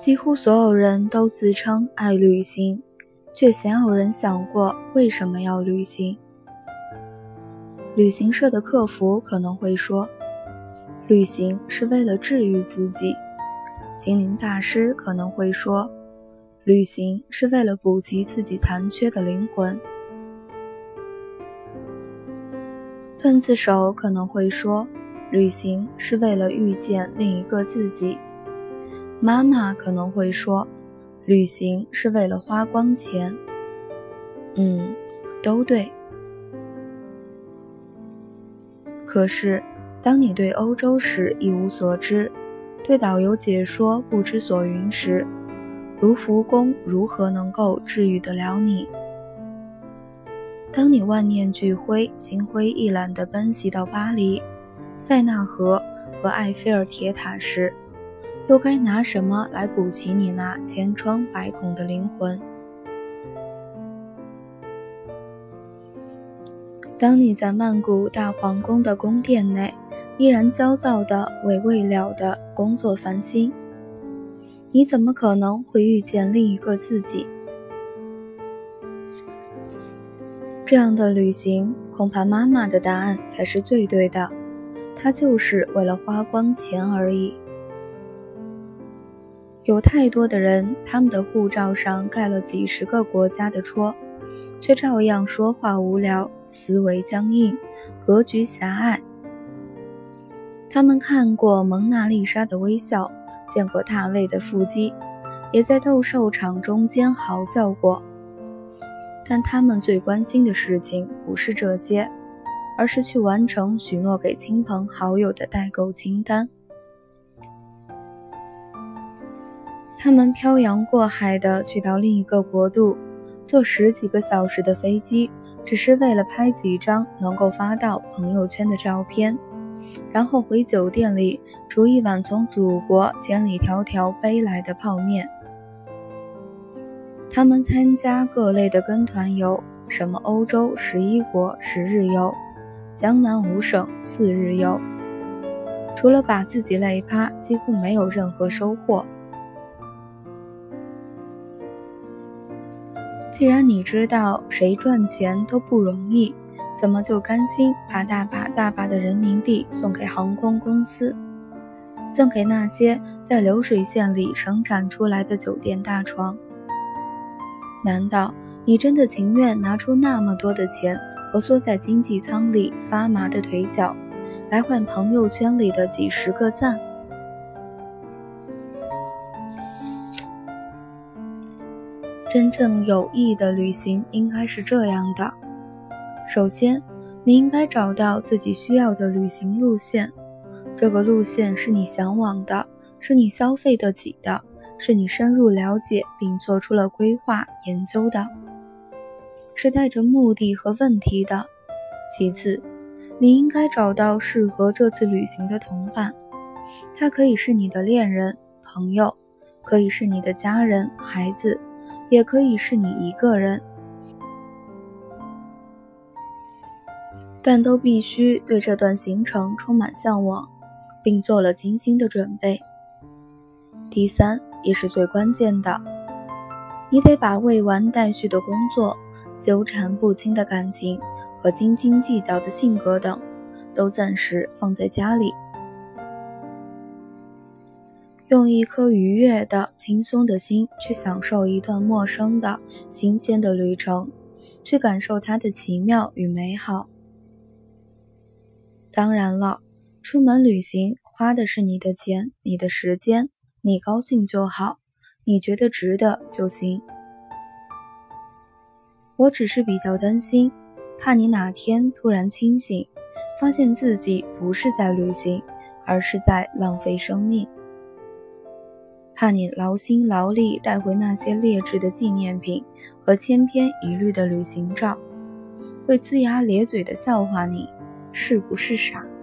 几乎所有人都自称爱旅行，却鲜有人想过为什么要旅行。旅行社的客服可能会说，旅行是为了治愈自己。心灵大师可能会说，旅行是为了补齐自己残缺的灵魂。段子手可能会说，旅行是为了遇见另一个自己。妈妈可能会说，旅行是为了花光钱。都对。可是，当你对欧洲史一无所知，对导游解说不知所云时，卢浮宫如何能够治愈得了你？当你万念俱灰、心灰意懒地奔袭到巴黎、塞纳河和埃菲尔铁塔时，又该拿什么来补齐你那千疮百孔的灵魂？当你在曼谷大皇宫的宫殿内依然焦躁地为未了的工作烦心，你怎么可能会遇见另一个自己？这样的旅行，恐怕妈妈的答案才是最对的，她就是为了花光钱而已。有太多的人，他们的护照上盖了几十个国家的戳，却照样说话无聊，思维僵硬，格局狭隘。他们看过蒙娜丽莎的微笑，见过大卫的腹肌，也在斗兽场中间嚎叫过。但他们最关心的事情不是这些，而是去完成许诺给亲朋好友的代购清单。他们漂洋过海地去到另一个国度，坐10几个小时的飞机，只是为了拍几张能够发到朋友圈的照片，然后回酒店里煮一碗从祖国千里迢迢背来的泡面。他们参加各类的跟团游，什么欧洲11国10日游，江南5省4日游，除了把自己累趴，几乎没有任何收获。既然你知道谁赚钱都不容易，怎么就甘心把大把大把的人民币送给航空公司，赠给那些在流水线里生产出来的酒店大床？难道你真的情愿拿出那么多的钱和缩在经济舱里发麻的腿脚，来换朋友圈里的几十个赞？真正有意义的旅行应该是这样的：首先，你应该找到自己需要的旅行路线，这个路线是你向往的，是你消费得起的，是你深入了解并做出了规划研究的，是带着目的和问题的。其次，你应该找到适合这次旅行的同伴，他可以是你的恋人、朋友，可以是你的家人、孩子，也可以是你一个人，但都必须对这段行程充满向往，并做了精心的准备。第三，也是最关键的，你得把未完待续的工作、纠缠不清的感情和斤斤计较的性格等，都暂时放在家里，用一颗愉悦的、轻松的心去享受一段陌生的、新鲜的旅程，去感受它的奇妙与美好。当然了，出门旅行花的是你的钱、你的时间，你高兴就好，你觉得值得就行。我只是比较担心，怕你哪天突然清醒，发现自己不是在旅行，而是在浪费生命。怕你劳心劳力带回那些劣质的纪念品和千篇一律的旅行照，会龇牙咧嘴地笑话你，是不是傻？